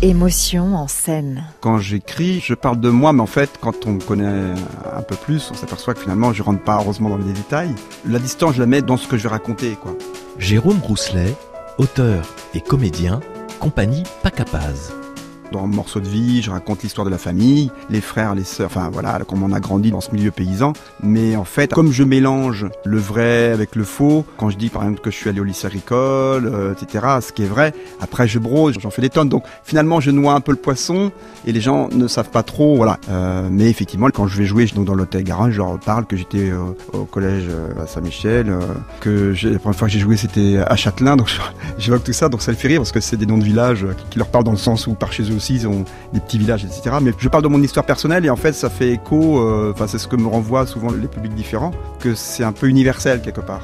Émotion en scène. Quand j'écris, je parle de moi, mais en fait, quand on me connaît un peu plus, on s'aperçoit que finalement, je rentre pas heureusement dans les détails. La distance, je la mets dans ce que je vais raconter, quoi. Jérôme Rousselet, auteur et comédien, compagnie Pacapaz. Dans Morceau de vie, je raconte l'histoire de la famille, les frères, les sœurs, enfin voilà, comment on a grandi dans ce milieu paysan. Mais en fait, comme je mélange le vrai avec le faux, quand je dis par exemple que je suis allé au lycée agricole, etc., ce qui est vrai, après je brode, j'en fais des tonnes. Donc finalement, je noie un peu le poisson et les gens ne savent pas trop, voilà. Mais effectivement, quand je vais jouer donc dans l'hôtel-garage, je leur parle que j'étais au collège à Saint-Michel, que la première fois que j'ai joué, c'était à Châtelain, donc j'évoque tout ça, donc ça le fait rire parce que c'est des noms de villages qui leur parlent dans le sens où par chez eux aussi, ils ont des petits villages, etc. Mais je parle de mon histoire personnelle et en fait ça fait écho, c'est ce que me renvoient souvent les publics différents, que c'est un peu universel quelque part.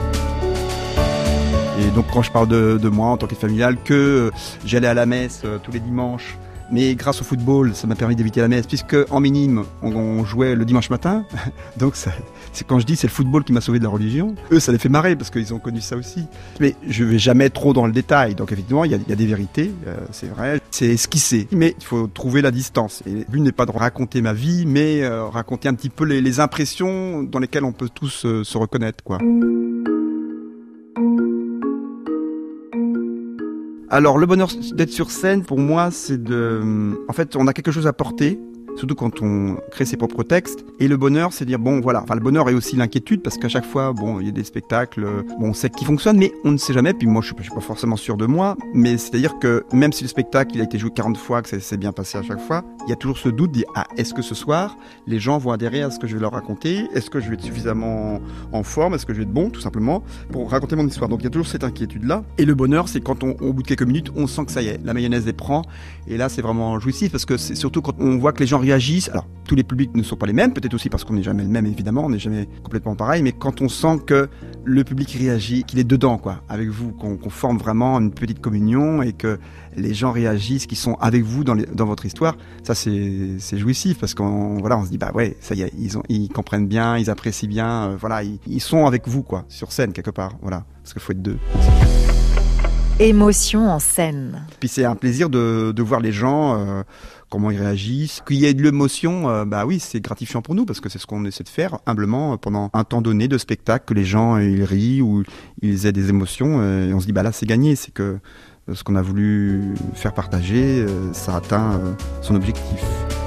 Et donc quand je parle de moi en tant que familial, que j'allais à la messe tous les dimanches, mais grâce au football, ça m'a permis d'éviter la messe, puisque en minime, on jouait le dimanche matin. Donc, c'est quand je dis c'est le football qui m'a sauvé de la religion. Eux, ça les fait marrer parce qu'ils ont connu ça aussi. Mais je vais jamais trop dans le détail. Donc, effectivement, il y a des vérités, c'est vrai. C'est esquissé, mais il faut trouver la distance. Et le but n'est pas de raconter ma vie, mais raconter un petit peu les impressions dans lesquelles on peut tous se reconnaître, quoi. Alors, le bonheur d'être sur scène, pour moi, c'est en fait, on a quelque chose à porter, surtout quand on crée ses propres textes. Et le bonheur, c'est dire, bon, voilà. Enfin, le bonheur est aussi l'inquiétude, parce qu'à chaque fois, bon, il y a des spectacles, bon, on sait qu'ils fonctionnent, mais on ne sait jamais. Puis moi, je suis pas forcément sûr de moi, mais c'est-à-dire que même si le spectacle, il a été joué 40 fois, que ça s'est bien passé à chaque fois, il y a toujours ce doute, dit, est-ce que ce soir, les gens vont adhérer à ce que je vais leur raconter? Est-ce que je vais être suffisamment en forme? Est-ce que je vais être bon, tout simplement, pour raconter mon histoire? Donc, il y a toujours cette inquiétude-là. Et le bonheur, c'est quand au bout de quelques minutes, on sent que ça y est, la mayonnaise les prend. Et là, c'est vraiment jouissif, parce que c'est surtout quand on voit que les gens réagissent. Alors, tous les publics ne sont pas les mêmes, peut-être aussi parce qu'on n'est jamais le même, évidemment, on n'est jamais complètement pareil, mais quand on sent que le public réagit, qu'il est dedans, quoi, avec vous, qu'on forme vraiment une petite communion et que les gens réagissent, qu'ils sont avec vous dans votre histoire, ça c'est jouissif parce qu'on se dit bah ouais, ça y est, ils comprennent bien, ils apprécient bien, voilà, ils sont avec vous, quoi, sur scène quelque part, voilà, parce qu'il faut être deux. Émotion en scène. Puis c'est un plaisir de voir les gens, comment ils réagissent. Qu'il y ait de l'émotion, bah oui, c'est gratifiant pour nous parce que c'est ce qu'on essaie de faire humblement pendant un temps donné de spectacle, que les gens ils rient ou ils aient des émotions et on se dit bah là c'est gagné, c'est que ce qu'on a voulu faire partager, ça atteint son objectif.